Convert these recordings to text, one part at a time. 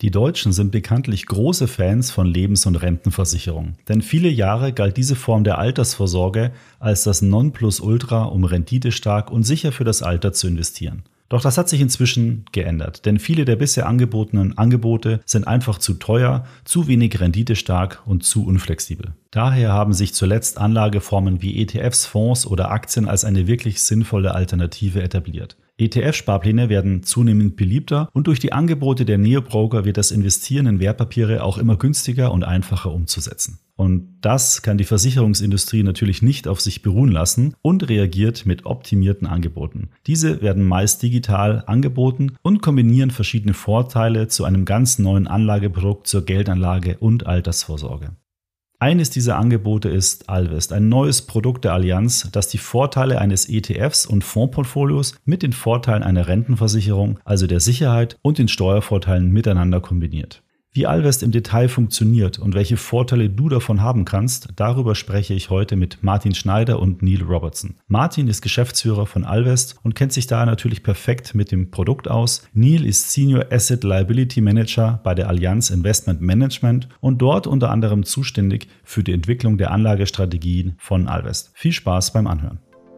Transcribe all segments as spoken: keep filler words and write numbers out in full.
Die Deutschen sind bekanntlich große Fans von Lebens- und Rentenversicherung, denn viele Jahre galt diese Form der Altersvorsorge als das Nonplusultra, um renditestark und sicher für das Alter zu investieren. Doch das hat sich inzwischen geändert, denn viele der bisher angebotenen Angebote sind einfach zu teuer, zu wenig renditestark und zu unflexibel. Daher haben sich zuletzt Anlageformen wie E T Fs, Fonds oder Aktien als eine wirklich sinnvolle Alternative etabliert. E T F-Sparpläne werden zunehmend beliebter und durch die Angebote der Neobroker wird das Investieren in Wertpapiere auch immer günstiger und einfacher umzusetzen. Und das kann die Versicherungsindustrie natürlich nicht auf sich beruhen lassen und reagiert mit optimierten Angeboten. Diese werden meist digital angeboten und kombinieren verschiedene Vorteile zu einem ganz neuen Anlageprodukt zur Geldanlage und Altersvorsorge. Eines dieser Angebote ist Alvest, ein neues Produkt der Allianz, das die Vorteile eines E T Fs und Fondsportfolios mit den Vorteilen einer Rentenversicherung, also der Sicherheit und den Steuervorteilen miteinander kombiniert. Wie Alvest im Detail funktioniert und welche Vorteile du davon haben kannst, darüber spreche ich heute mit Martin Schneider und Neil Robertson. Martin ist Geschäftsführer von Alvest und kennt sich daher natürlich perfekt mit dem Produkt aus. Neil ist Senior Asset Liability Manager bei der Allianz Investment Management und dort unter anderem zuständig für die Entwicklung der Anlagestrategien von Alvest. Viel Spaß beim Anhören.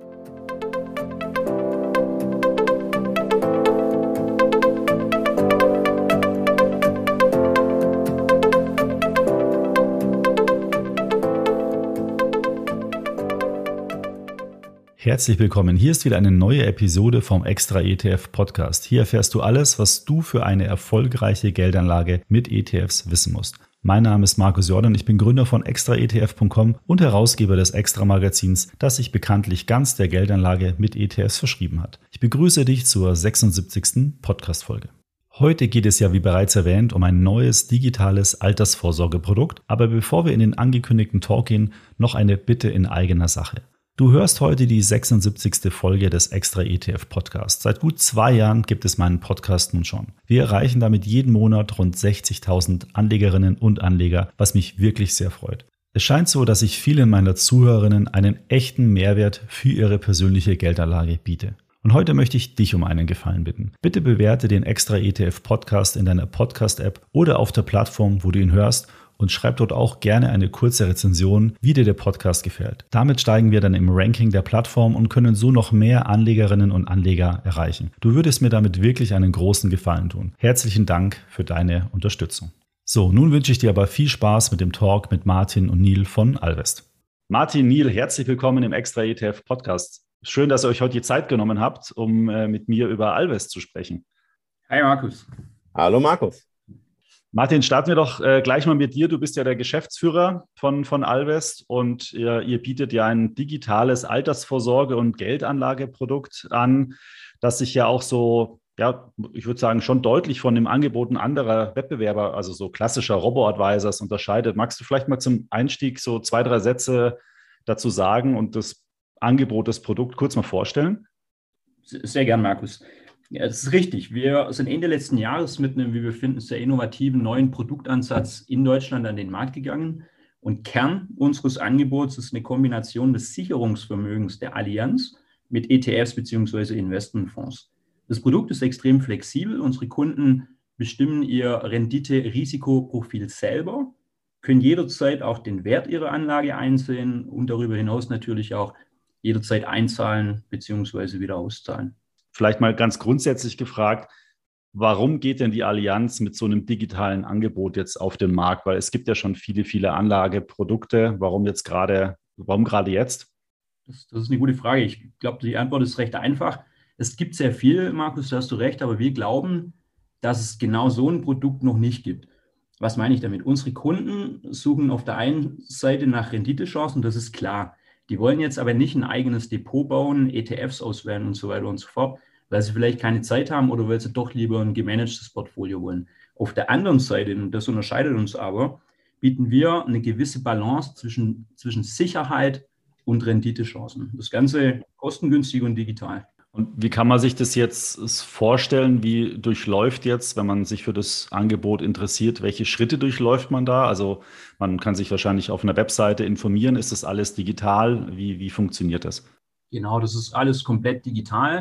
Herzlich willkommen. Hier ist wieder eine neue Episode vom Extra E T F Podcast. Hier erfährst du alles, was du für eine erfolgreiche Geldanlage mit E T Fs wissen musst. Mein Name ist Markus Jordan, ich bin Gründer von extra E T F Punkt com und Herausgeber des Extra-Magazins, das sich bekanntlich ganz der Geldanlage mit E T Fs verschrieben hat. Ich begrüße dich zur sechsundsiebzigsten Podcast-Folge. Heute geht es ja, wie bereits erwähnt, um ein neues digitales Altersvorsorgeprodukt. Aber bevor wir in den angekündigten Talk gehen, noch eine Bitte in eigener Sache. Du hörst heute die sechsundsiebzigste Folge des Extra E T F Podcasts. Seit gut zwei Jahren gibt es meinen Podcast nun schon. Wir erreichen damit jeden Monat rund sechzigtausend Anlegerinnen und Anleger, was mich wirklich sehr freut. Es scheint so, dass ich vielen meiner Zuhörerinnen einen echten Mehrwert für ihre persönliche Geldanlage biete. Und heute möchte ich dich um einen Gefallen bitten. Bitte bewerte den Extra E T F Podcast in deiner Podcast-App oder auf der Plattform, wo du ihn hörst, und schreib dort auch gerne eine kurze Rezension, wie dir der Podcast gefällt. Damit steigen wir dann im Ranking der Plattform und können so noch mehr Anlegerinnen und Anleger erreichen. Du würdest mir damit wirklich einen großen Gefallen tun. Herzlichen Dank für deine Unterstützung. So, nun wünsche ich dir aber viel Spaß mit dem Talk mit Martin und Neil von Alvest. Martin, Neil, herzlich willkommen im Extra E T F Podcast. Schön, dass ihr euch heute die Zeit genommen habt, um äh, mit mir über Alvest zu sprechen. Hi Markus. Hallo Markus. Martin, starten wir doch äh, gleich mal mit dir. Du bist ja der Geschäftsführer von, von Alvest und ihr, ihr bietet ja ein digitales Altersvorsorge- und Geldanlageprodukt an, das sich ja auch so, ja, ich würde sagen, schon deutlich von den Angeboten anderer Wettbewerber, also so klassischer Robo-Advisors unterscheidet. Magst du vielleicht mal zum Einstieg so zwei, drei Sätze dazu sagen und das Angebot, das Produkt kurz mal vorstellen? Sehr gern, Markus. Ja, das ist richtig. Wir sind Ende letzten Jahres mit einem, wie wir finden, sehr innovativen neuen Produktansatz in Deutschland an den Markt gegangen. Und Kern unseres Angebots ist eine Kombination des Sicherungsvermögens der Allianz mit E T Fs bzw. Investmentfonds. Das Produkt ist extrem flexibel. Unsere Kunden bestimmen ihr Rendite-Risikoprofil selber, können jederzeit auch den Wert ihrer Anlage einsehen und darüber hinaus natürlich auch jederzeit einzahlen bzw. wieder auszahlen. Vielleicht mal ganz grundsätzlich gefragt, warum geht denn die Allianz mit so einem digitalen Angebot jetzt auf den Markt? Weil es gibt ja schon viele, viele Anlageprodukte. Warum jetzt gerade, warum gerade jetzt? Das, das ist eine gute Frage. Ich glaube, die Antwort ist recht einfach. Es gibt sehr viel, Markus, da hast du recht, aber wir glauben, dass es genau so ein Produkt noch nicht gibt. Was meine ich damit? Unsere Kunden suchen auf der einen Seite nach Renditechancen, das ist klar. Die wollen jetzt aber nicht ein eigenes Depot bauen, E T Fs auswählen und so weiter und so fort, weil sie vielleicht keine Zeit haben oder weil sie doch lieber ein gemanagtes Portfolio wollen. Auf der anderen Seite, und das unterscheidet uns aber, bieten wir eine gewisse Balance zwischen, zwischen Sicherheit und Renditechancen. Das Ganze kostengünstig und digital. Und wie kann man sich das jetzt vorstellen? Wie durchläuft jetzt, wenn man sich für das Angebot interessiert, welche Schritte durchläuft man da? Also man kann sich wahrscheinlich auf einer Webseite informieren. Ist das alles digital? Wie, wie funktioniert das? Genau, das ist alles komplett digital.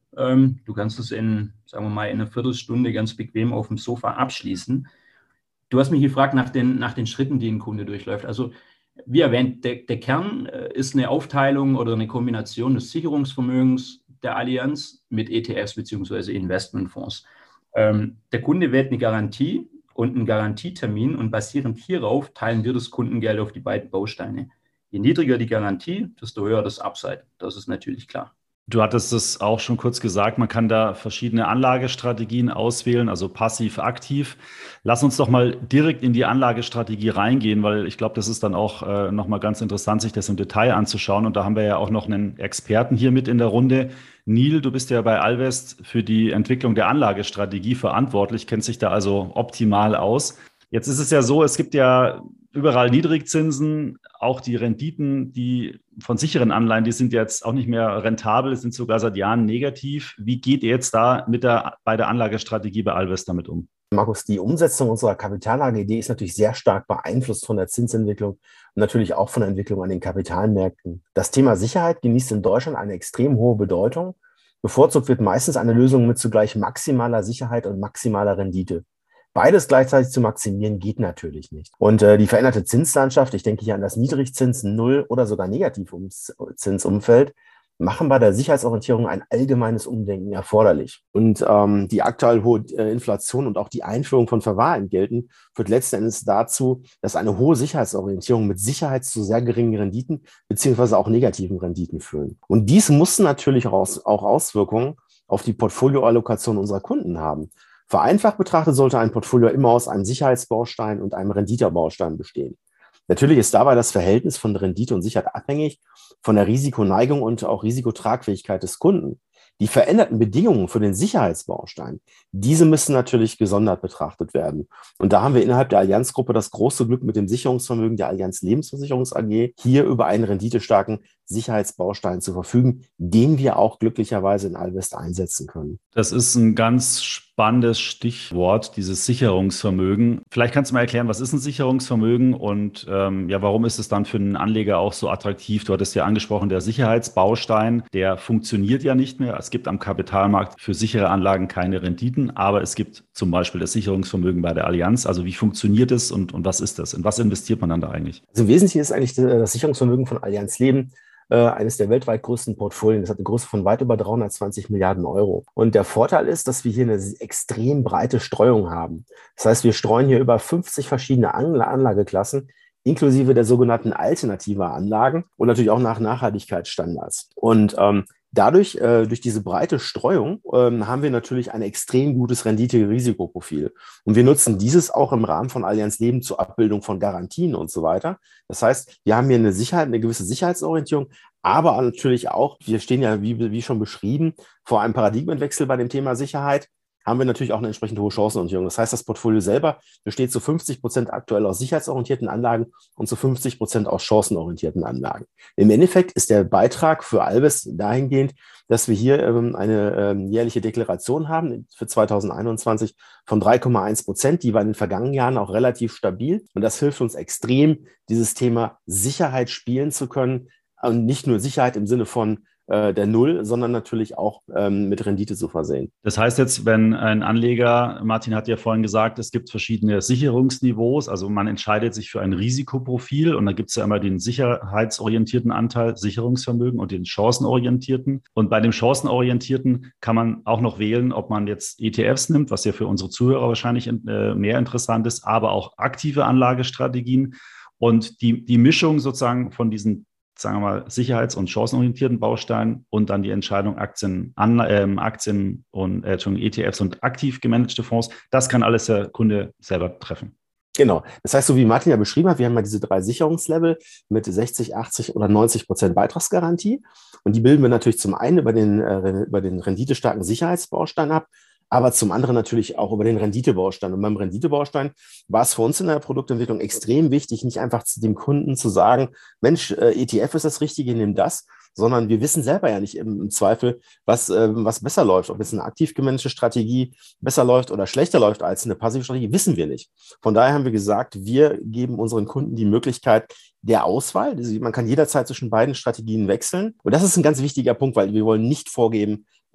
Ähm, du kannst es in, sagen wir mal, in einer Viertelstunde ganz bequem auf dem Sofa abschließen. Du hast mich gefragt nach den, nach den Schritten, die ein Kunde durchläuft. Also wie erwähnt, der, der Kern äh, ist eine Aufteilung oder eine Kombination des Sicherungsvermögens der Allianz mit E T Fs bzw. Investmentfonds. Ähm, der Kunde wählt eine Garantie und einen Garantietermin und basierend hierauf teilen wir das Kundengeld auf die beiden Bausteine. Je niedriger die Garantie, desto höher das Upside. Das ist natürlich klar. Du hattest es auch schon kurz gesagt, man kann da verschiedene Anlagestrategien auswählen, also passiv, aktiv. Lass uns doch mal direkt in die Anlagestrategie reingehen, weil ich glaube, das ist dann auch äh, nochmal ganz interessant, sich das im Detail anzuschauen. Und da haben wir ja auch noch einen Experten hier mit in der Runde. Neil, du bist ja bei Alvest für die Entwicklung der Anlagestrategie verantwortlich, kennst dich da also optimal aus. Jetzt ist es ja so, es gibt ja überall Niedrigzinsen, auch die Renditen, die von sicheren Anleihen, die sind jetzt auch nicht mehr rentabel, sind sogar seit Jahren negativ. Wie geht ihr jetzt da mit der, bei der Anlagestrategie bei Alvest damit um? Markus, die Umsetzung unserer Kapitalanlage-Idee ist natürlich sehr stark beeinflusst von der Zinsentwicklung und natürlich auch von der Entwicklung an den Kapitalmärkten. Das Thema Sicherheit genießt in Deutschland eine extrem hohe Bedeutung. Bevorzugt wird meistens eine Lösung mit zugleich maximaler Sicherheit und maximaler Rendite. Beides gleichzeitig zu maximieren geht natürlich nicht. Und äh, die veränderte Zinslandschaft, ich denke hier an das Niedrigzins-, Null- oder sogar Negativzinsumfeld, machen bei der Sicherheitsorientierung ein allgemeines Umdenken erforderlich. Und ähm, die aktuell hohe äh, Inflation und auch die Einführung von Verwahrentgelten führt letzten Endes dazu, dass eine hohe Sicherheitsorientierung mit Sicherheit zu sehr geringen Renditen beziehungsweise auch negativen Renditen führen. Und dies muss natürlich auch, auch Auswirkungen auf die Portfolioallokation unserer Kunden haben. Vereinfacht betrachtet sollte ein Portfolio immer aus einem Sicherheitsbaustein und einem Renditebaustein bestehen. Natürlich ist dabei das Verhältnis von Rendite und Sicherheit abhängig von der Risikoneigung und auch Risikotragfähigkeit des Kunden. Die veränderten Bedingungen für den Sicherheitsbaustein, diese müssen natürlich gesondert betrachtet werden. Und da haben wir innerhalb der Allianzgruppe das große Glück mit dem Sicherungsvermögen der Allianz Lebensversicherungs A G, hier über einen renditestarken Sicherheitsbaustein zu verfügen, den wir auch glücklicherweise in Alvest einsetzen können. Das ist ein ganz spannendes Stichwort, dieses Sicherungsvermögen. Vielleicht kannst du mal erklären, was ist ein Sicherungsvermögen und ähm, ja, warum ist es dann für einen Anleger auch so attraktiv? Du hattest ja angesprochen, der Sicherheitsbaustein, der funktioniert ja nicht mehr. Es gibt am Kapitalmarkt für sichere Anlagen keine Renditen, aber es gibt zum Beispiel das Sicherungsvermögen bei der Allianz. Also wie funktioniert es und, und was ist das? In was investiert man dann da eigentlich? Also im Wesentlichen ist eigentlich das Sicherungsvermögen von Allianz Leben eines der weltweit größten Portfolien. Das hat eine Größe von weit über dreihundertzwanzig Milliarden Euro. Und der Vorteil ist, dass wir hier eine extrem breite Streuung haben. Das heißt, wir streuen hier über fünfzig verschiedene Anlageklassen, inklusive der sogenannten alternativer Anlagen und natürlich auch nach Nachhaltigkeitsstandards. Und ähm, Dadurch, äh, durch diese breite Streuung, ähm, haben wir natürlich ein extrem gutes Rendite-Risikoprofil. Und wir nutzen dieses auch im Rahmen von Allianz Leben zur Abbildung von Garantien und so weiter. Das heißt, wir haben hier eine Sicherheit, eine gewisse Sicherheitsorientierung, aber natürlich auch, wir stehen ja, wie, wie schon beschrieben, vor einem Paradigmenwechsel bei dem Thema Sicherheit. Haben wir natürlich auch eine entsprechend hohe Chancenorientierung. Das heißt, das Portfolio selber besteht zu fünfzig Prozent aktuell aus sicherheitsorientierten Anlagen und zu fünfzig Prozent aus chancenorientierten Anlagen. Im Endeffekt ist der Beitrag für Alvest dahingehend, dass wir hier ähm, eine ähm, jährliche Deklaration haben für zweitausendeinundzwanzig von drei Komma eins Prozent. Die war in den vergangenen Jahren auch relativ stabil. Und das hilft uns extrem, dieses Thema Sicherheit spielen zu können. Und nicht nur Sicherheit im Sinne von der Null, sondern natürlich auch ähm, mit Rendite zu versehen. Das heißt jetzt, wenn ein Anleger, Martin hat ja vorhin gesagt, es gibt verschiedene Sicherungsniveaus, also man entscheidet sich für ein Risikoprofil und da gibt es ja immer den sicherheitsorientierten Anteil, Sicherungsvermögen und den chancenorientierten. Und bei dem chancenorientierten kann man auch noch wählen, ob man jetzt E T Fs nimmt, was ja für unsere Zuhörer wahrscheinlich äh, mehr interessant ist, aber auch aktive Anlagestrategien. Und die, die Mischung sozusagen von diesen, sagen wir mal, sicherheits- und chancenorientierten Bausteinen und dann die Entscheidung Aktien, an, ähm, Aktien und äh, E T Fs und aktiv gemanagte Fonds, das kann alles der Kunde selber treffen. Genau. Das heißt, so wie Martin ja beschrieben hat, wir haben ja diese drei Sicherungslevel mit sechzig, achtzig oder neunzig Prozent Beitragsgarantie. Und die bilden wir natürlich zum einen über den, äh, über den renditestarken Sicherheitsbaustein ab, aber zum anderen natürlich auch über den Renditebaustein. Und beim Renditebaustein war es für uns in der Produktentwicklung extrem wichtig, nicht einfach zu dem Kunden zu sagen, Mensch, äh, E T F ist das Richtige, nimm das, sondern wir wissen selber ja nicht im, im Zweifel, was, äh, was besser läuft. Ob jetzt eine aktiv gemanagte Strategie besser läuft oder schlechter läuft als eine passive Strategie, wissen wir nicht. Von daher haben wir gesagt, wir geben unseren Kunden die Möglichkeit der Auswahl. Man kann jederzeit zwischen beiden Strategien wechseln. Und das ist ein ganz wichtiger Punkt, weil wir wollen nicht vorgeben,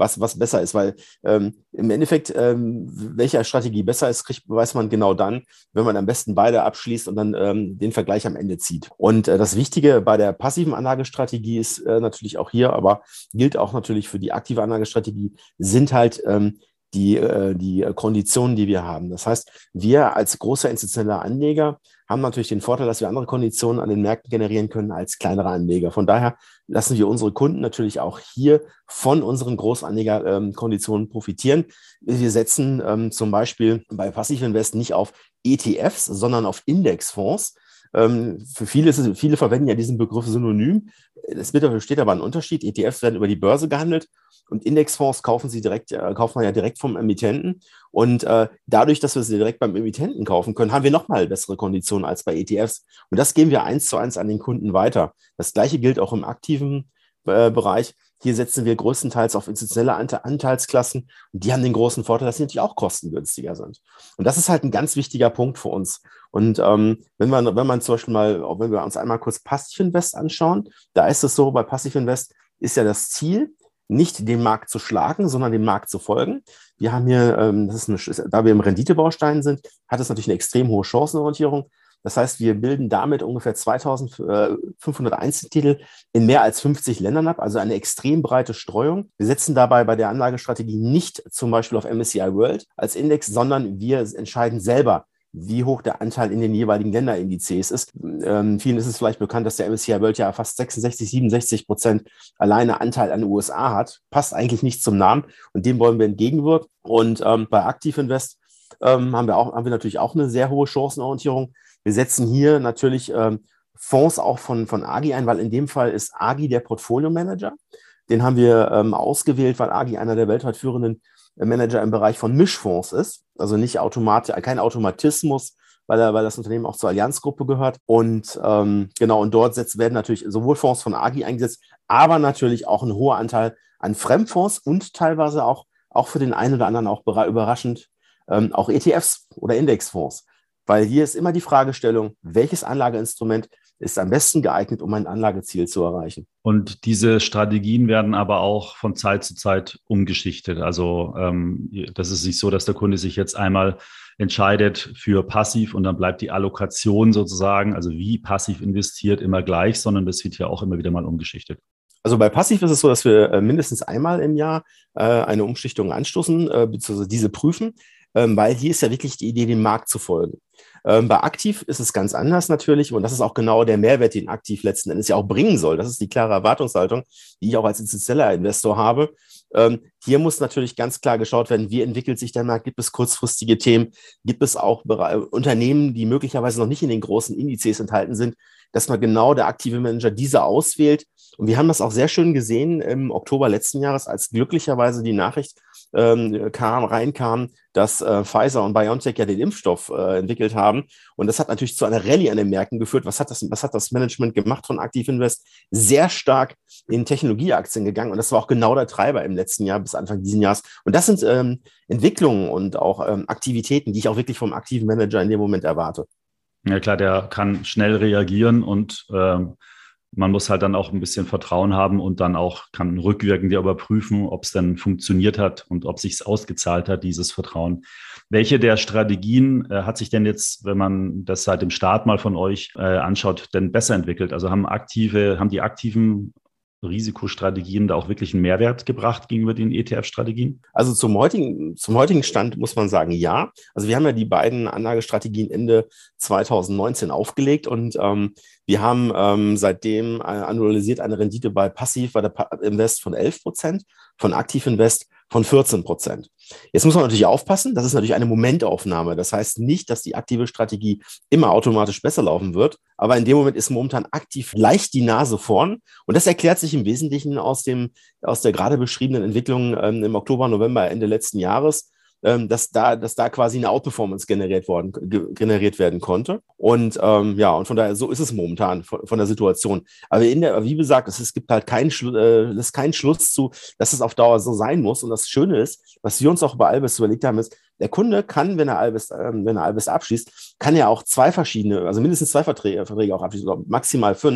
was, was besser ist, weil ähm, im Endeffekt, ähm, welche Strategie besser ist, kriegt, weiß man genau dann, wenn man am besten beide abschließt und dann ähm, den Vergleich am Ende zieht. Und äh, das Wichtige bei der passiven Anlagestrategie ist äh, natürlich auch hier, aber gilt auch natürlich für die aktive Anlagestrategie, sind halt ähm, die, äh, die Konditionen, die wir haben. Das heißt, wir als großer institutioneller Anleger haben natürlich den Vorteil, dass wir andere Konditionen an den Märkten generieren können als kleinere Anleger. Von daher lassen wir unsere Kunden natürlich auch hier von unseren Großanlegerkonditionen ähm, profitieren. Wir setzen ähm, zum Beispiel bei Passivinvest nicht auf E T Fs, sondern auf Indexfonds. Ähm, für viele, viele verwenden ja diesen Begriff synonym. Es besteht aber ein Unterschied. E T Fs werden über die Börse gehandelt und Indexfonds kaufen sie direkt, äh, kauft man ja direkt vom Emittenten. Und äh, dadurch, dass wir sie direkt beim Emittenten kaufen können, haben wir nochmal bessere Konditionen als bei E T Fs. Und das geben wir eins zu eins an den Kunden weiter. Das Gleiche gilt auch im aktiven äh, Bereich. Hier setzen wir größtenteils auf institutionelle Ante- Anteilsklassen und die haben den großen Vorteil, dass sie natürlich auch kostengünstiger sind. Und das ist halt ein ganz wichtiger Punkt für uns. Und ähm, wenn man, wenn man zum Beispiel mal, auch wenn wir uns einmal kurz Passivinvest anschauen, da ist es so, bei Passivinvest ist ja das Ziel, nicht den Markt zu schlagen, sondern dem Markt zu folgen. Wir haben hier, ähm, das ist eine, da wir im Renditebaustein sind, hat es natürlich eine extrem hohe Chancenorientierung. Das heißt, wir bilden damit ungefähr zweitausendfünfhundert Einzeltitel in mehr als fünfzig Ländern ab, also eine extrem breite Streuung. Wir setzen dabei bei der Anlagestrategie nicht zum Beispiel auf M S C I World als Index, sondern wir entscheiden selber, wie hoch der Anteil in den jeweiligen Länderindizes ist. Ähm, vielen ist es vielleicht bekannt, dass der M S C I World ja fast sechsundsechzig, siebenundsechzig Prozent alleine Anteil an den U S A hat. Passt eigentlich nicht zum Namen und dem wollen wir entgegenwirken. Und ähm, bei Aktivinvest ähm, haben wir auch, haben wir natürlich auch eine sehr hohe Chancenorientierung. Wir setzen hier natürlich ähm, Fonds auch von, von Agi ein, weil in dem Fall ist Agi der Portfolio-Manager. Den haben wir ähm, ausgewählt, weil Agi einer der weltweit führenden Manager im Bereich von Mischfonds ist. Also nicht Automat, kein Automatismus, weil, er, weil das Unternehmen auch zur Allianzgruppe gehört. Und ähm, genau, und dort setzt, werden natürlich sowohl Fonds von Agi eingesetzt, aber natürlich auch ein hoher Anteil an Fremdfonds und teilweise auch, auch für den einen oder anderen auch überraschend ähm, auch E T Fs oder Indexfonds. Weil hier ist immer die Fragestellung, welches Anlageinstrument ist am besten geeignet, um ein Anlageziel zu erreichen. Und diese Strategien werden aber auch von Zeit zu Zeit umgeschichtet. Also ähm, das ist nicht so, dass der Kunde sich jetzt einmal entscheidet für passiv und dann bleibt die Allokation sozusagen, also wie passiv investiert, immer gleich, sondern das wird ja auch immer wieder mal umgeschichtet. Also bei Passiv ist es so, dass wir äh, mindestens einmal im Jahr äh, eine Umschichtung anstoßen, äh, beziehungsweise diese prüfen, ähm, weil hier ist ja wirklich die Idee, dem Markt zu folgen. Ähm, bei Aktiv ist es ganz anders natürlich und das ist auch genau der Mehrwert, den Aktiv letzten Endes ja auch bringen soll. Das ist die klare Erwartungshaltung, die ich auch als institutioneller Investor habe. Ähm, hier muss natürlich ganz klar geschaut werden, wie entwickelt sich der Markt, gibt es kurzfristige Themen, gibt es auch Bere- Unternehmen, die möglicherweise noch nicht in den großen Indizes enthalten sind, dass man genau der aktive Manager diese auswählt. Und wir haben das auch sehr schön gesehen im Oktober letzten Jahres, als glücklicherweise die Nachricht ähm, kam, reinkam, dass äh, Pfizer und BioNTech ja den Impfstoff äh, entwickelt haben. Und das hat natürlich zu einer Rallye an den Märkten geführt. Was hat das, was hat das Management gemacht von Aktivinvest? Sehr stark in Technologieaktien gegangen. Und das war auch genau der Treiber im letzten Jahr bis Anfang dieses Jahres. Und das sind ähm, Entwicklungen und auch ähm, Aktivitäten, die ich auch wirklich vom aktiven Manager in dem Moment erwarte. Ja klar, der kann schnell reagieren und ähm, man muss halt dann auch ein bisschen Vertrauen haben und dann auch kann rückwirkend ja überprüfen, ob es denn funktioniert hat und ob sich es ausgezahlt hat, dieses Vertrauen. Welche der Strategien äh, hat sich denn jetzt, wenn man das seit dem Start mal von euch äh, anschaut, denn besser entwickelt? Also haben aktive, haben die aktiven Risikostrategien da auch wirklich einen Mehrwert gebracht gegenüber den E T F-Strategien? Also zum heutigen, zum heutigen Stand muss man sagen, ja. Also wir haben ja die beiden Anlagestrategien Ende zweitausendneunzehn aufgelegt und ähm, wir haben ähm, seitdem äh, annualisiert eine Rendite bei Passiv, bei der pa- Invest von elf Prozent, von Aktivinvest von vierzehn Prozent. Jetzt muss man natürlich aufpassen, das ist natürlich eine Momentaufnahme. Das heißt nicht, dass die aktive Strategie immer automatisch besser laufen wird, aber in dem Moment ist momentan aktiv leicht die Nase vorn und das erklärt sich im Wesentlichen aus, dem, aus der gerade beschriebenen Entwicklung ähm, im Oktober, November, Ende letzten Jahres, ähm, dass, da, dass da quasi eine Outperformance generiert, worden, ge- generiert werden konnte. Und ähm, ja, und von daher, so ist es momentan von, von der Situation. Aber in der, wie gesagt, es, es gibt halt keinen Schlu- äh, es ist kein Schluss zu, dass es auf Dauer so sein muss. Und das Schöne ist, was wir uns auch bei Albest überlegt haben, ist, der Kunde kann, wenn er Albest, ähm, wenn er Albest abschließt, kann er auch zwei verschiedene, also mindestens zwei Verträge, Verträge auch abschließen, oder maximal fünf.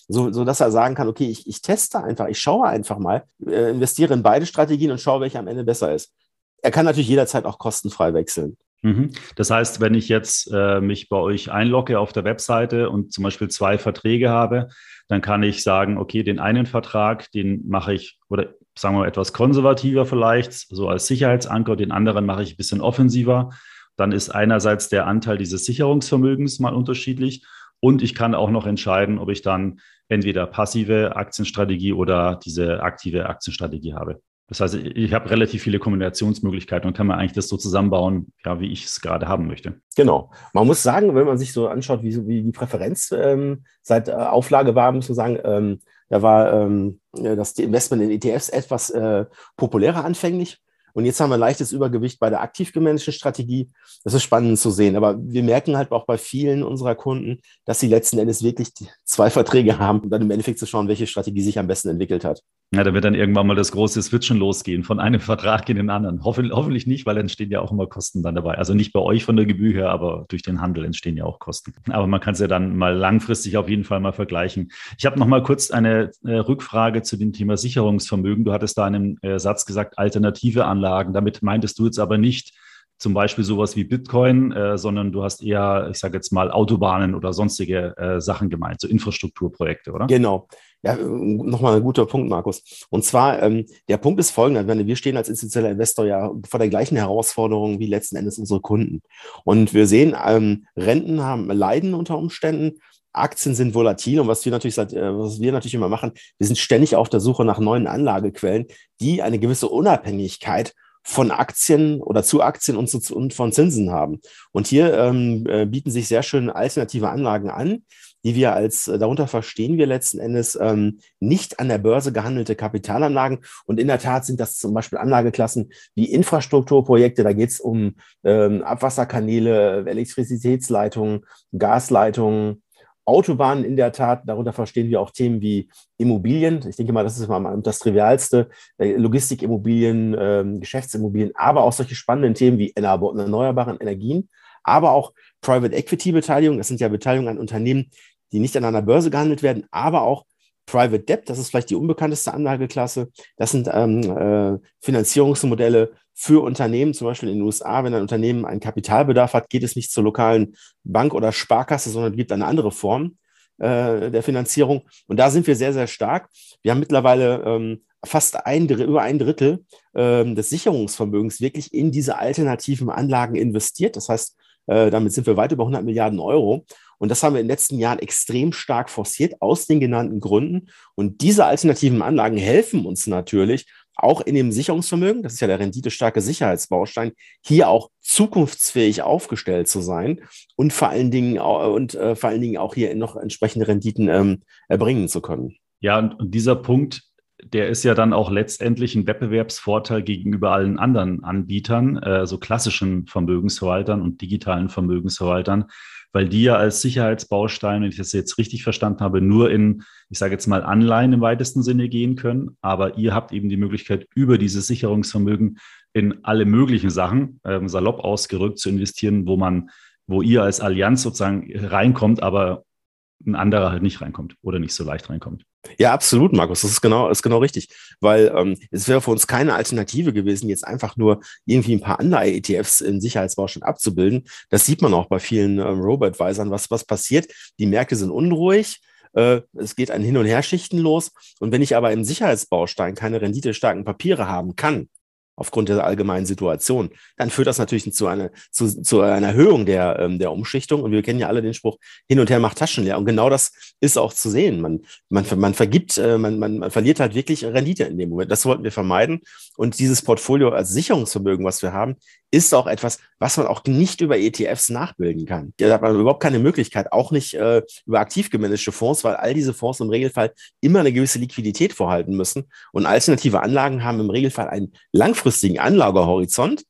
so, so dass er sagen kann, okay, ich, ich teste einfach, ich schaue einfach mal, äh, investiere in beide Strategien und schaue, welche am Ende besser ist. Er kann natürlich jederzeit auch kostenfrei wechseln. Das heißt, wenn ich jetzt äh, mich bei euch einlogge auf der Webseite und zum Beispiel zwei Verträge habe, dann kann ich sagen, okay, den einen Vertrag, den mache ich, oder sagen wir mal etwas konservativer vielleicht, so als Sicherheitsanker, den anderen mache ich ein bisschen offensiver. Dann ist einerseits der Anteil dieses Sicherungsvermögens mal unterschiedlich und ich kann auch noch entscheiden, ob ich dann entweder passive Aktienstrategie oder diese aktive Aktienstrategie habe. Das heißt, ich habe relativ viele Kombinationsmöglichkeiten und kann mir eigentlich das so zusammenbauen, ja, wie ich es gerade haben möchte. Genau. Man muss sagen, wenn man sich so anschaut, wie, wie die Präferenz ähm, seit äh, Auflage war, muss man sagen, ähm, da war ähm, das Investment in E T Fs etwas äh, populärer anfänglich. Und jetzt haben wir ein leichtes Übergewicht bei der aktiv gemanagten Strategie. Das ist spannend zu sehen. Aber wir merken halt auch bei vielen unserer Kunden, dass sie letzten Endes wirklich zwei Verträge haben, um dann im Endeffekt zu schauen, welche Strategie sich am besten entwickelt hat. Ja, da wird dann irgendwann mal das große Switchen losgehen von einem Vertrag in den anderen. Hoffen, hoffentlich nicht, weil dann entstehen ja auch immer Kosten dann dabei. Also nicht bei euch von der Gebühr her, aber durch den Handel entstehen ja auch Kosten. Aber man kann es ja dann mal langfristig auf jeden Fall mal vergleichen. Ich habe noch mal kurz eine äh, Rückfrage zu dem Thema Sicherungsvermögen. Du hattest da in einem äh, Satz gesagt, alternative Anlagen. Damit meintest du jetzt aber nicht zum Beispiel sowas wie Bitcoin, äh, sondern du hast eher, ich sage jetzt mal, Autobahnen oder sonstige äh, Sachen gemeint, so Infrastrukturprojekte, oder? Genau. Ja, nochmal ein guter Punkt, Markus. Und zwar, ähm, der Punkt ist folgender. Wir stehen als institutioneller Investor ja vor der gleichen Herausforderung wie letzten Endes unsere Kunden. Und wir sehen, ähm, Renten haben leiden unter Umständen. Aktien sind volatil und was wir natürlich seit, äh, was wir natürlich immer machen, wir sind ständig auf der Suche nach neuen Anlagequellen, die eine gewisse Unabhängigkeit von Aktien oder zu Aktien und, zu, und von Zinsen haben. Und hier ähm, äh, bieten sich sehr schöne alternative Anlagen an, die wir als, äh, darunter verstehen wir letzten Endes ähm, nicht an der Börse gehandelte Kapitalanlagen. Und in der Tat sind das zum Beispiel Anlageklassen wie Infrastrukturprojekte. Da geht es um ähm, Abwasserkanäle, Elektrizitätsleitungen, Gasleitungen, Autobahnen in der Tat, darunter verstehen wir auch Themen wie Immobilien. Ich denke mal, das ist mal das Trivialste. Logistikimmobilien, ähm, Geschäftsimmobilien, aber auch solche spannenden Themen wie erneuerbaren Energien, aber auch Private Equity Beteiligung. Das sind ja Beteiligungen an Unternehmen, die nicht an einer Börse gehandelt werden, aber auch Private Debt, das ist vielleicht die unbekannteste Anlageklasse. Das sind ähm, äh, Finanzierungsmodelle für Unternehmen, zum Beispiel in den U S A. Wenn ein Unternehmen einen Kapitalbedarf hat, geht es nicht zur lokalen Bank oder Sparkasse, sondern gibt eine andere Form äh, der Finanzierung. Und da sind wir sehr, sehr stark. Wir haben mittlerweile ähm, fast ein, über ein Drittel ähm, des Sicherungsvermögens wirklich in diese alternativen Anlagen investiert. Das heißt, äh, damit sind wir weit über hundert Milliarden Euro. Und das haben wir in den letzten Jahren extrem stark forciert, aus den genannten Gründen. Und diese alternativen Anlagen helfen uns natürlich, auch in dem Sicherungsvermögen, das ist ja der renditestarke Sicherheitsbaustein, hier auch zukunftsfähig aufgestellt zu sein und vor allen Dingen, und, äh, vor allen Dingen auch hier noch entsprechende Renditen ähm, erbringen zu können. Ja, und, und dieser Punkt, der ist ja dann auch letztendlich ein Wettbewerbsvorteil gegenüber allen anderen Anbietern, äh, so klassischen Vermögensverwaltern und digitalen Vermögensverwaltern, weil die ja als Sicherheitsbaustein, wenn ich das jetzt richtig verstanden habe, nur in, ich sage jetzt mal, Anleihen im weitesten Sinne gehen können. Aber ihr habt eben die Möglichkeit, über dieses Sicherungsvermögen in alle möglichen Sachen, ähm, salopp ausgerückt, zu investieren, wo man, wo ihr als Allianz sozusagen reinkommt, aber ein anderer halt nicht reinkommt oder nicht so leicht reinkommt. Ja, absolut, Markus. Das ist genau, ist genau richtig. Weil ähm, es wäre für uns keine Alternative gewesen, jetzt einfach nur irgendwie ein paar Anleihe-E T Fs in Sicherheitsbaustein abzubilden. Das sieht man auch bei vielen ähm, Robo-Advisern, was, was passiert. Die Märkte sind unruhig. Äh, es geht ein Hin- und Herschichten los. Und wenn ich aber im Sicherheitsbaustein keine renditestarken Papiere haben kann, aufgrund der allgemeinen Situation, dann führt das natürlich zu einer, zu, zu einer Erhöhung der, ähm, der Umschichtung. Und wir kennen ja alle den Spruch, hin und her macht Taschen leer. Und genau das ist auch zu sehen. Man, man, man vergibt, äh, man, man, man verliert halt wirklich Rendite in dem Moment. Das wollten wir vermeiden. Und dieses Portfolio als Sicherungsvermögen, was wir haben, ist auch etwas, was man auch nicht über E T Fs nachbilden kann. Da hat man überhaupt keine Möglichkeit, auch nicht äh, über aktiv gemanagte Fonds, weil all diese Fonds im Regelfall immer eine gewisse Liquidität vorhalten müssen. Und alternative Anlagen haben im Regelfall einen langfristigen Anlagehorizont.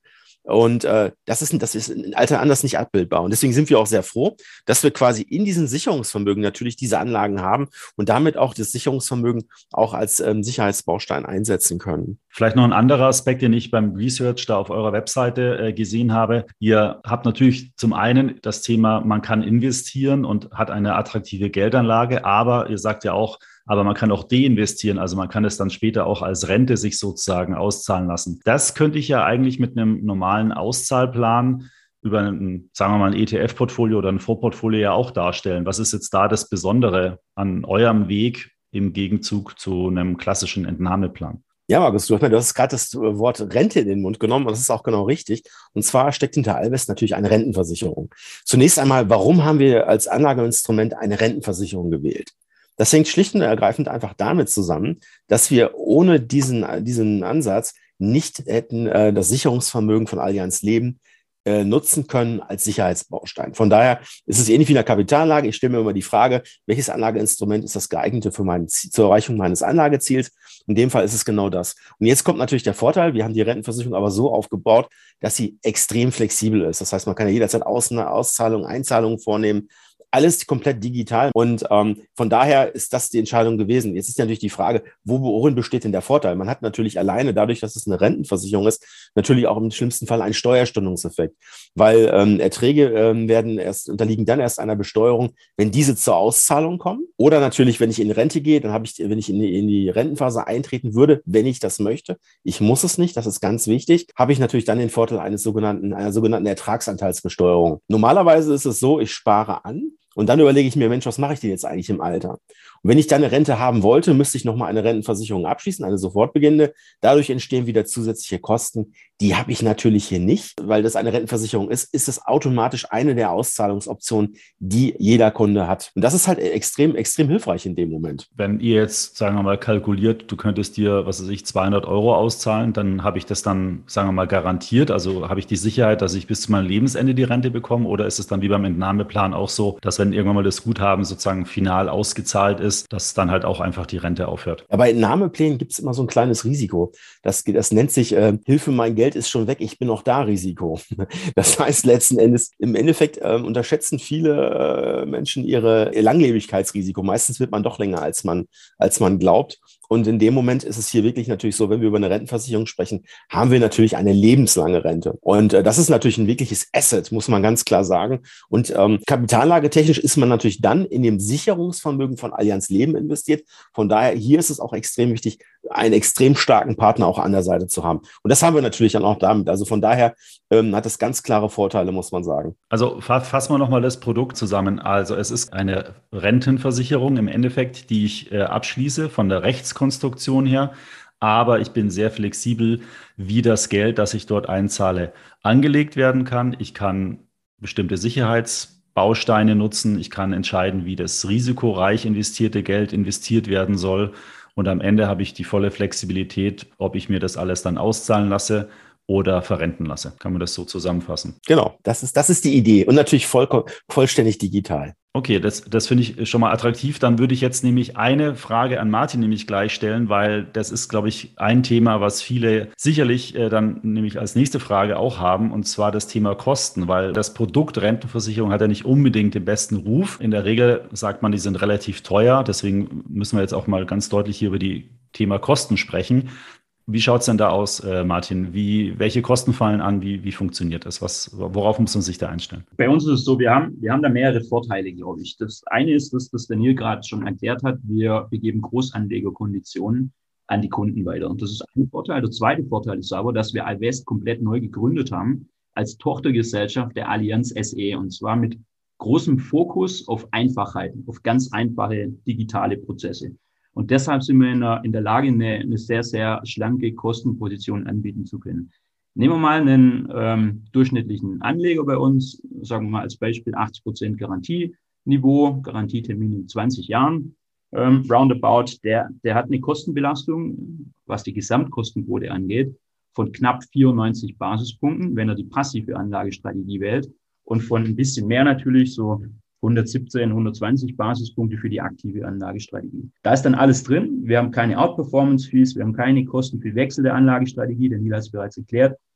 Und äh, das ist, das ist in Alter anders nicht abbildbar. Und deswegen sind wir auch sehr froh, dass wir quasi in diesen Sicherungsvermögen natürlich diese Anlagen haben und damit auch das Sicherungsvermögen auch als ähm, Sicherheitsbaustein einsetzen können. Vielleicht noch ein anderer Aspekt, den ich beim Research da auf eurer Webseite äh, gesehen habe. Ihr habt natürlich zum einen das Thema, man kann investieren und hat eine attraktive Geldanlage, aber ihr sagt ja auch, aber man kann auch deinvestieren, also man kann es dann später auch als Rente sich sozusagen auszahlen lassen. Das könnte ich ja eigentlich mit einem normalen Auszahlplan über ein, sagen wir mal, ein E T F-Portfolio oder ein Fondsportfolio ja auch darstellen. Was ist jetzt da das Besondere an eurem Weg im Gegenzug zu einem klassischen Entnahmeplan? Ja, Markus, du hast gerade das Wort Rente in den Mund genommen und das ist auch genau richtig. Und zwar steckt hinter Allvest natürlich eine Rentenversicherung. Zunächst einmal, warum haben wir als Anlageinstrument eine Rentenversicherung gewählt? Das hängt schlicht und ergreifend einfach damit zusammen, dass wir ohne diesen, diesen Ansatz nicht hätten äh, das Sicherungsvermögen von Allianz Leben äh, nutzen können als Sicherheitsbaustein. Von daher ist es ähnlich wie in der Kapitalanlage. Ich stelle mir immer die Frage, welches Anlageinstrument ist das geeignete für mein, zur Erreichung meines Anlageziels? In dem Fall ist es genau das. Und jetzt kommt natürlich der Vorteil, wir haben die Rentenversicherung aber so aufgebaut, dass sie extrem flexibel ist. Das heißt, man kann ja jederzeit Aus- Auszahlungen, Einzahlungen vornehmen, alles komplett digital und ähm, von daher ist das die Entscheidung gewesen. Jetzt ist natürlich die Frage, wo, worin besteht denn der Vorteil? Man hat natürlich alleine dadurch, dass es eine Rentenversicherung ist, natürlich auch im schlimmsten Fall einen Steuerstundungseffekt, weil ähm, Erträge ähm, werden erst unterliegen dann erst einer Besteuerung, wenn diese zur Auszahlung kommen oder natürlich, wenn ich in Rente gehe, dann habe ich, wenn ich in die, in die Rentenphase eintreten würde, wenn ich das möchte, ich muss es nicht, das ist ganz wichtig, habe ich natürlich dann den Vorteil eines sogenannten, einer sogenannten Ertragsanteilsbesteuerung. Normalerweise ist es so, ich spare an. Und dann überlege ich mir, Mensch, was mache ich denn jetzt eigentlich im Alter? Und wenn ich dann eine Rente haben wollte, müsste ich nochmal eine Rentenversicherung abschließen, eine sofortbeginnende. Dadurch entstehen wieder zusätzliche Kosten. Die habe ich natürlich hier nicht, weil das eine Rentenversicherung ist, ist es automatisch eine der Auszahlungsoptionen, die jeder Kunde hat. Und das ist halt extrem, extrem hilfreich in dem Moment. Wenn ihr jetzt, sagen wir mal, kalkuliert, du könntest dir, was weiß ich, zweihundert Euro auszahlen, dann habe ich das dann, sagen wir mal, garantiert. Also habe ich die Sicherheit, dass ich bis zu meinem Lebensende die Rente bekomme? Oder ist es dann wie beim Entnahmeplan auch so, dass wenn irgendwann mal das Guthaben sozusagen final ausgezahlt ist, dass dann halt auch einfach die Rente aufhört? Ja, bei Entnahmeplänen gibt es immer so ein kleines Risiko. Das, das nennt sich äh, Hilfe, mein Geld ist schon weg, ich bin noch da Risiko. Das heißt letzten Endes, im Endeffekt äh, unterschätzen viele äh, Menschen ihre, ihr Langlebigkeitsrisiko. Meistens wird man doch länger, als man, als man glaubt. Und in dem Moment ist es hier wirklich natürlich so, wenn wir über eine Rentenversicherung sprechen, haben wir natürlich eine lebenslange Rente. Und äh, das ist natürlich ein wirkliches Asset, muss man ganz klar sagen. Und ähm, kapitalanlagetechnisch ist man natürlich dann in dem Sicherungsvermögen von Allianz Leben investiert. Von daher, hier ist es auch extrem wichtig, einen extrem starken Partner auch an der Seite zu haben. Und das haben wir natürlich dann auch damit. Also von daher ähm, hat das ganz klare Vorteile, muss man sagen. Also fassen wir nochmal das Produkt zusammen. Also es ist eine Rentenversicherung im Endeffekt, die ich äh, abschließe von der Rechtskonstruktion her. Aber ich bin sehr flexibel, wie das Geld, das ich dort einzahle, angelegt werden kann. Ich kann bestimmte Sicherheitsbausteine nutzen. Ich kann entscheiden, wie das risikoreich investierte Geld investiert werden soll. Und am Ende habe ich die volle Flexibilität, ob ich mir das alles dann auszahlen lasse oder verrenten lasse. Kann man das so zusammenfassen? Genau, das ist, das ist die Idee. Und natürlich voll, vollständig digital. Okay, das, das finde ich schon mal attraktiv. Dann würde ich jetzt nämlich eine Frage an Martin nämlich gleich stellen, weil das ist, glaube ich, ein Thema, was viele sicherlich äh, dann nämlich als nächste Frage auch haben, und zwar das Thema Kosten, weil das Produkt Rentenversicherung hat ja nicht unbedingt den besten Ruf. In der Regel sagt man, die sind relativ teuer. Deswegen müssen wir jetzt auch mal ganz deutlich hier über die Thema Kosten sprechen. Wie schaut es denn da aus, äh, Martin? Wie, welche Kosten fallen an? Wie, wie funktioniert das? Was, worauf muss man sich da einstellen? Bei uns ist es so, wir haben, wir haben da mehrere Vorteile, glaube ich. Das eine ist, dass das Daniel gerade schon erklärt hat, wir, wir geben Großanlegerkonditionen an die Kunden weiter. Und das ist ein Vorteil. Der zweite Vorteil ist aber, dass wir Allvest komplett neu gegründet haben als Tochtergesellschaft der Allianz S E. Und zwar mit großem Fokus auf Einfachheit, auf ganz einfache digitale Prozesse. Und deshalb sind wir in der, in der Lage, eine, eine sehr, sehr schlanke Kostenposition anbieten zu können. Nehmen wir mal einen ähm, durchschnittlichen Anleger bei uns, sagen wir mal als Beispiel achtzig Prozent Garantieniveau, Garantietermin in zwanzig Jahren, ähm, roundabout, der, der hat eine Kostenbelastung, was die Gesamtkostenquote angeht, von knapp vierundneunzig Basispunkten, wenn er die passive Anlagestrategie wählt, und von ein bisschen mehr natürlich, so hundertsiebzehn, hundertzwanzig Basispunkte für die aktive Anlagestrategie. Da ist dann alles drin. Wir haben keine Outperformance-Fees, wir haben keine Kosten für Wechsel der Anlagestrategie, denn Nils hat es bereits erklärt.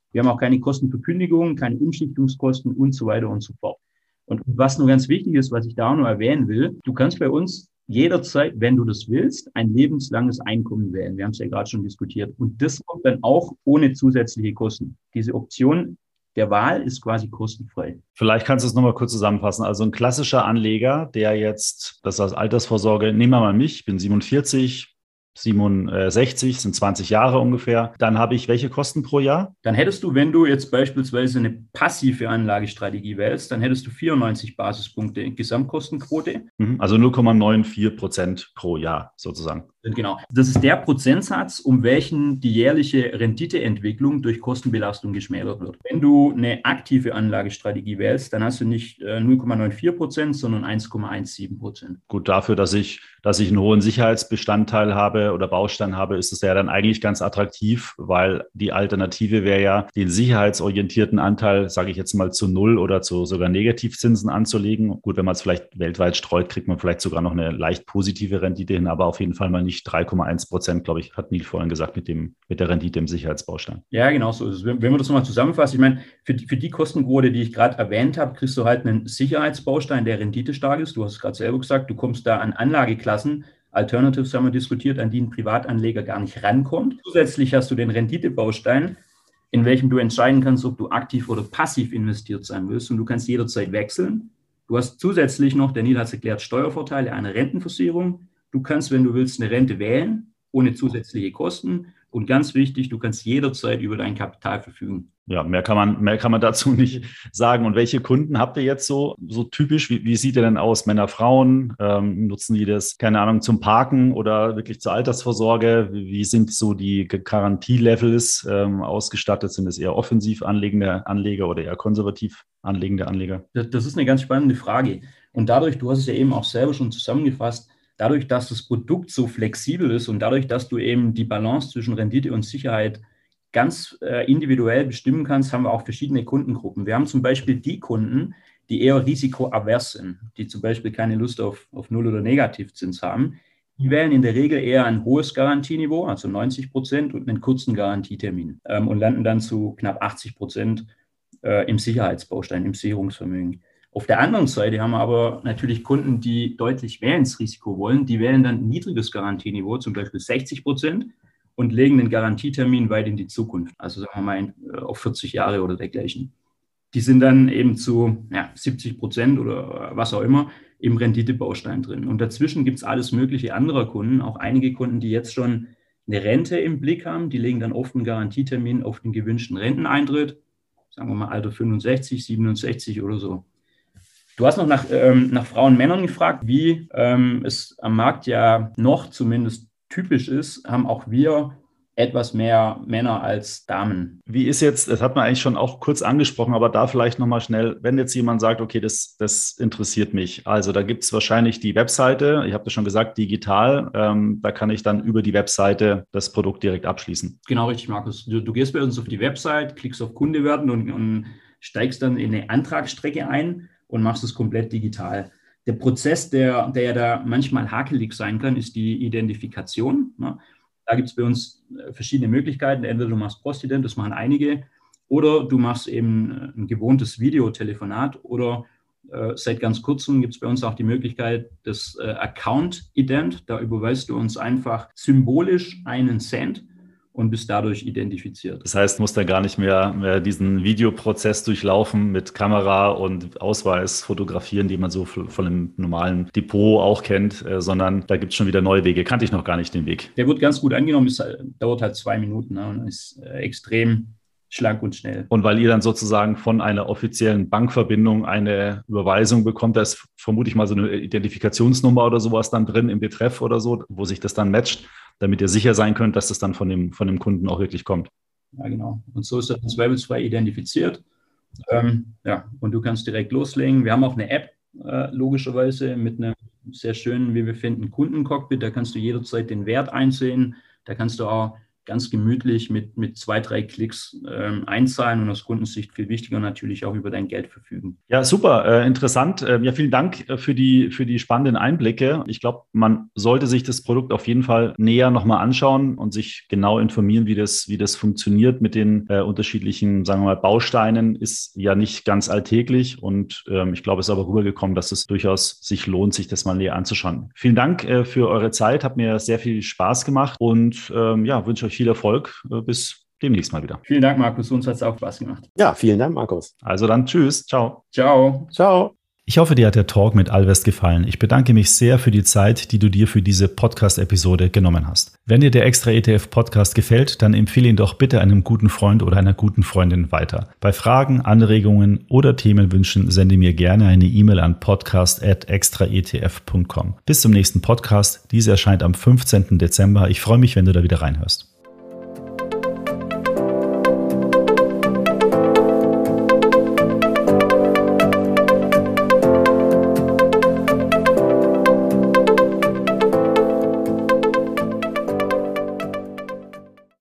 Wir haben auch keine Kosten für Kündigungen, keine Umschichtungskosten und so weiter und so fort. Und was nur ganz wichtig ist, was ich da auch noch erwähnen will, du kannst bei uns jederzeit, wenn du das willst, ein lebenslanges Einkommen wählen. Wir haben es ja gerade schon diskutiert. Und das kommt dann auch ohne zusätzliche Kosten. Diese Option der Wahl ist quasi kostenfrei. Vielleicht kannst du es nochmal kurz zusammenfassen. Also ein klassischer Anleger, der jetzt, das als Altersvorsorge, nehmen wir mal mich, ich bin siebenundvierzig, siebenundsechzig, sind zwanzig Jahre ungefähr. Dann habe ich welche Kosten pro Jahr? Dann hättest du, wenn du jetzt beispielsweise eine passive Anlagestrategie wählst, dann hättest du vierundneunzig Basispunkte Gesamtkostenquote. Also null Komma vierundneunzig Prozent pro Jahr sozusagen. Genau. Das ist der Prozentsatz, um welchen die jährliche Renditeentwicklung durch Kostenbelastung geschmälert wird. Wenn du eine aktive Anlagestrategie wählst, dann hast du nicht null Komma vierundneunzig Prozent, sondern eins Komma siebzehn Prozent. Gut, dafür, dass ich, dass ich einen hohen Sicherheitsbestandteil habe oder Baustein habe, ist es ja dann eigentlich ganz attraktiv, weil die Alternative wäre ja, den sicherheitsorientierten Anteil, sage ich jetzt mal, zu Null oder zu sogar Negativzinsen anzulegen. Gut, wenn man es vielleicht weltweit streut, kriegt man vielleicht sogar noch eine leicht positive Rendite hin, aber auf jeden Fall mal nicht drei Komma eins Prozent, glaube ich, hat Neil vorhin gesagt, mit, dem, mit der Rendite im Sicherheitsbaustein. Ja, genau so ist es. Wenn wir das nochmal zusammenfassen, ich meine, für die, für die Kostenquote, die ich gerade erwähnt habe, kriegst du halt einen Sicherheitsbaustein, der renditestark ist. Du hast es gerade selber gesagt, du kommst da an Anlageklassen, Alternatives haben wir diskutiert, an die ein Privatanleger gar nicht rankommt. Zusätzlich hast du den Renditebaustein, in welchem du entscheiden kannst, ob du aktiv oder passiv investiert sein willst, und du kannst jederzeit wechseln. Du hast zusätzlich noch, der Neil hat es erklärt, Steuervorteile, eine Rentenversicherung. Du kannst, wenn du willst, eine Rente wählen, ohne zusätzliche Kosten. Und ganz wichtig, du kannst jederzeit über dein Kapital verfügen. Ja, mehr kann man, mehr kann man dazu nicht sagen. Und welche Kunden habt ihr jetzt so, so typisch? Wie, wie sieht ihr denn aus? Männer, Frauen? Ähm, nutzen die das, keine Ahnung, zum Parken oder wirklich zur Altersvorsorge? Wie, wie sind so die Garantielevels ähm, ausgestattet? Sind es eher offensiv anlegende Anleger oder eher konservativ anlegende Anleger? Das, das ist eine ganz spannende Frage. Und dadurch, du hast es ja eben auch selber schon zusammengefasst, dadurch, dass das Produkt so flexibel ist und dadurch, dass du eben die Balance zwischen Rendite und Sicherheit ganz äh, individuell bestimmen kannst, haben wir auch verschiedene Kundengruppen. Wir haben zum Beispiel die Kunden, die eher risikoavers sind, die zum Beispiel keine Lust auf, auf Null- oder Negativzins haben. Die wählen in der Regel eher ein hohes Garantieniveau, also neunzig Prozent, und einen kurzen Garantietermin ähm, und landen dann zu knapp achtzig Prozent äh, im Sicherheitsbaustein, im Sicherungsvermögen. Auf der anderen Seite haben wir aber natürlich Kunden, die deutlich mehr ins Risiko wollen. Die wählen dann ein niedriges Garantieniveau, zum Beispiel sechzig Prozent, und legen den Garantietermin weit in die Zukunft. Also sagen wir mal auf vierzig Jahre oder dergleichen. Die sind dann eben zu ja, siebzig Prozent oder was auch immer im Renditebaustein drin. Und dazwischen gibt es alles mögliche anderer Kunden, auch einige Kunden, die jetzt schon eine Rente im Blick haben. Die legen dann oft einen Garantietermin auf den gewünschten Renteneintritt, sagen wir mal Alter fünfundsechzig, siebenundsechzig oder so. Du hast noch nach, ähm, nach Frauen und Männern gefragt, wie ähm, es am Markt ja noch zumindest typisch ist, haben auch wir etwas mehr Männer als Damen. Wie ist jetzt, das hat man eigentlich schon auch kurz angesprochen, aber da vielleicht nochmal schnell, wenn jetzt jemand sagt, okay, das, das interessiert mich. Also da gibt es wahrscheinlich die Webseite, ich habe das schon gesagt, digital, ähm, da kann ich dann über die Webseite das Produkt direkt abschließen. Genau, richtig, Markus. Du, du gehst bei uns auf die Website, klickst auf Kunde werden und, und steigst dann in eine Antragsstrecke ein und machst es komplett digital. Der Prozess, der, der ja da manchmal hakelig sein kann, ist die Identifikation. Ne? Da gibt es bei uns verschiedene Möglichkeiten. Entweder du machst Postident, das machen einige, oder du machst eben ein gewohntes Videotelefonat, oder äh, seit ganz kurzem gibt es bei uns auch die Möglichkeit des äh, Account-Ident. Da überweist du uns einfach symbolisch einen Cent und bist dadurch identifiziert. Das heißt, du musst dann gar nicht mehr, mehr diesen Videoprozess durchlaufen mit Kamera und Ausweis fotografieren, die man so von einem normalen Depot auch kennt, äh, sondern da gibt es schon wieder neue Wege. Kannte ich noch gar nicht den Weg. Der wird ganz gut angenommen, es dauert halt zwei Minuten, ne, und ist äh, extrem schlank und schnell. Und weil ihr dann sozusagen von einer offiziellen Bankverbindung eine Überweisung bekommt, da ist vermute ich mal so eine Identifikationsnummer oder sowas dann drin im Betreff oder so, wo sich das dann matcht, damit ihr sicher sein könnt, dass das dann von dem, von dem Kunden auch wirklich kommt. Ja, genau. Und so ist das zweifelsfrei identifiziert. Ähm, ja, und du kannst direkt loslegen. Wir haben auch eine App, äh, logischerweise, mit einem sehr schönen, wie wir finden, Kundencockpit. Da kannst du jederzeit den Wert einsehen. Da kannst du auch ganz gemütlich mit, mit zwei, drei Klicks ähm, einzahlen und aus Kundensicht viel wichtiger natürlich auch über dein Geld verfügen. Ja, super, äh, interessant. Äh, ja, vielen Dank für die, für die spannenden Einblicke. Ich glaube, man sollte sich das Produkt auf jeden Fall näher nochmal anschauen und sich genau informieren, wie das, wie das funktioniert mit den äh, unterschiedlichen, sagen wir mal, Bausteinen. Ist ja nicht ganz alltäglich und ähm, ich glaube, es ist aber rübergekommen, dass es durchaus sich lohnt, sich das mal näher anzuschauen. Vielen Dank äh, für eure Zeit, hat mir sehr viel Spaß gemacht und ähm, ja, wünsche euch viel Erfolg. Äh, bis demnächst mal wieder. Vielen Dank, Markus. Uns hat es auch Spaß gemacht. Ja, vielen Dank, Markus. Also dann tschüss. Ciao. Ciao. Ciao. Ich hoffe, dir hat der Talk mit Alvest gefallen. Ich bedanke mich sehr für die Zeit, die du dir für diese Podcast-Episode genommen hast. Wenn dir der Extra E T F-Podcast gefällt, dann empfehle ihn doch bitte einem guten Freund oder einer guten Freundin weiter. Bei Fragen, Anregungen oder Themenwünschen sende mir gerne eine E-Mail an podcast at extra e t f punkt com. Bis zum nächsten Podcast. Diese erscheint am fünfzehnten Dezember. Ich freue mich, wenn du da wieder reinhörst.